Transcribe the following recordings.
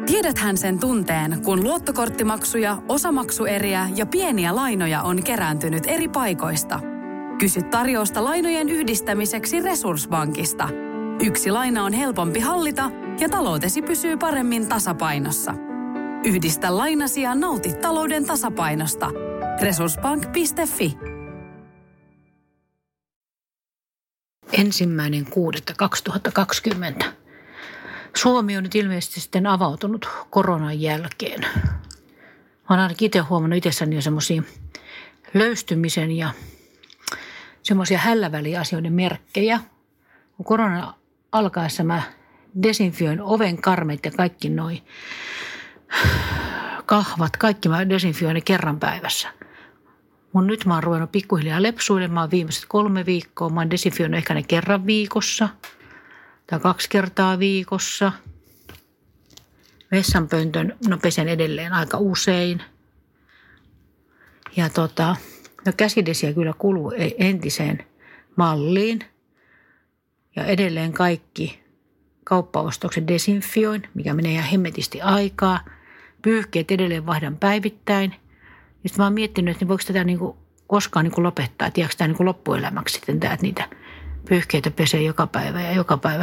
Tiedäthän sen tunteen, kun luottokorttimaksuja, osamaksueriä ja pieniä lainoja on kerääntynyt eri paikoista. Kysy tarjousta lainojen yhdistämiseksi Resurssbankista. Yksi laina on helpompi hallita ja taloutesi pysyy paremmin tasapainossa. Yhdistä lainasi ja nauti talouden tasapainosta. Resurssbank.fi. 1.6.2020. Suomi on nyt ilmeisesti sitten avautunut koronan jälkeen. Mä oon ainakin itse huomannut itsessäni jo semmoisia löystymisen ja semmoisia hälläväliasioiden merkkejä. Kun korona alkaessa mä desinfioin oven karmet ja kaikki noi kahvat. Kaikki mä desinfioin ne kerran päivässä. Nyt mä oon ruvennut pikkuhiljaa lepsuilemaan viimeiset 3 viikkoa. Mä oon desinfioinut ehkä ne kerran viikossa tai 2 kertaa viikossa. Vessanpöntön pesen edelleen aika usein. Ja käsidesiä kyllä kuluu entiseen malliin. Ja edelleen kaikki kauppaostokset desinfioin, mikä menee ihan hemmetisti aikaa. Pyyhkeet edelleen vaihdan päivittäin. Ja sitten mä oon miettinyt, että voiko tätä koskaan lopettaa. Että jääkö tämä loppuelämäksi sitten tämä, että niitä pyyhkeitä pesee joka päivä ja joka päivä.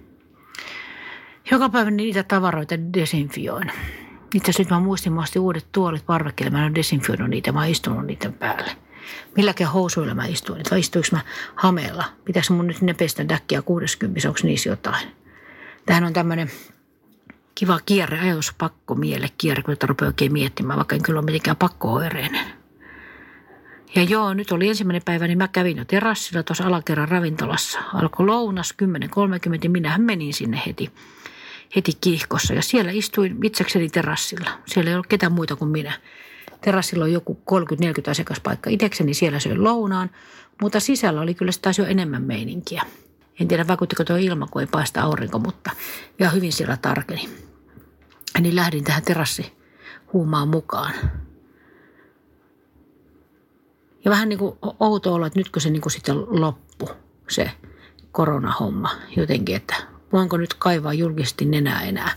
Joka päivä niitä tavaroita desinfioin. Itse asiassa nyt mä muistin, mä ostin uudet tuolit parvekkeelle. Mä en ole desinfioinut niitä, mä oon istunut niiden päälle. Milläkin housuilla mä istuin, vai istuinko mä hameella? Pitäisikö mun nyt ne pestä dakkia 60, onko niissä jotain? Tämähän on tämmöinen kiva kierre, ajatuspakkomielekierre, kun tätä rupeaa oikein miettimään, vaikka en kyllä ole mitenkään pakko-oireinen. Ja joo, nyt oli ensimmäinen päivä, niin mä kävin jo terassilla tuossa alakerran ravintolassa. Alkoi lounas 10.30 ja minähän menin sinne heti kiihkossa. Ja siellä istuin itsekseni terassilla. Siellä ei ollut ketään muita kuin minä. Terassilla on joku 30-40 asiakaspaikka. Itsekseni siellä söin lounaan, mutta sisällä oli kyllä taas jo enemmän meininkiä. En tiedä, vaikuttiko tuo ilma, kun ei paista aurinko, mutta ihan hyvin siellä tarkeni. Niin lähdin tähän terassihuumaan mukaan. Ja vähän niin kuin outo olla, että nytkö se niin kuin sitten loppu, se koronahomma jotenkin, että voinko nyt kaivaa julkisesti nenää enää.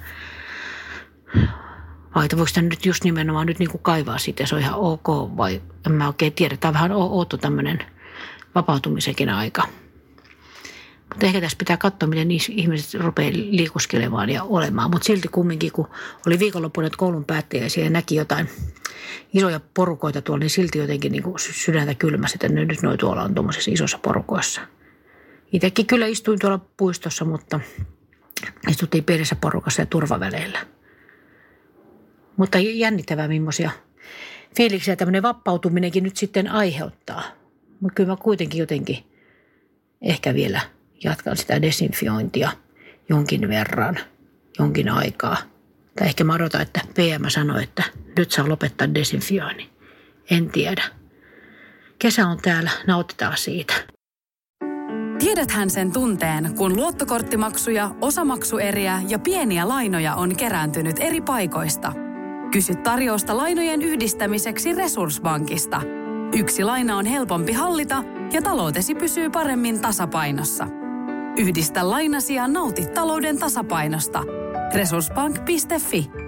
Vai voiko sitä nyt just nimenomaan nyt niin kuin kaivaa siitä, se on ihan ok vai en mä oikein tiedä. Tämä on vähän outo tämmöinen vapautumisenkin aika. Mutta ehkä tässä pitää katsoa, miten ihmiset rupeaa liikuskelemaan ja olemaan. Mutta silti kumminkin, kun oli viikonloppuun koulun päättäjäisiä ja näki jotain isoja porukoita tuolla, niin silti jotenkin niin kuin sydäntä kylmäsi, että nyt noi tuolla on tuommoisissa isossa porukoissa. Itsekin kyllä istuin tuolla puistossa, mutta istuttiin pienessä porukassa ja turvaväleillä. Mutta jännittävää, millaisia fiiliksiä tämmöinen vapautuminenkin nyt sitten aiheuttaa. Mutta kyllä mä kuitenkin jotenkin ehkä vielä jatkan sitä desinfiointia jonkin verran, jonkin aikaa. Tai ehkä mä odotan, että PM sanoo, että nyt saa lopettaa desinfioinnin. En tiedä. Kesä on täällä, nautitaan siitä. Tiedäthän sen tunteen, kun luottokorttimaksuja, osamaksueriä ja pieniä lainoja on kerääntynyt eri paikoista. Kysy tarjousta lainojen yhdistämiseksi Resurssbankista. Yksi laina on helpompi hallita ja taloutesi pysyy paremmin tasapainossa. Yhdistä lainasi ja nauti talouden tasapainosta. Resurssbank.fi.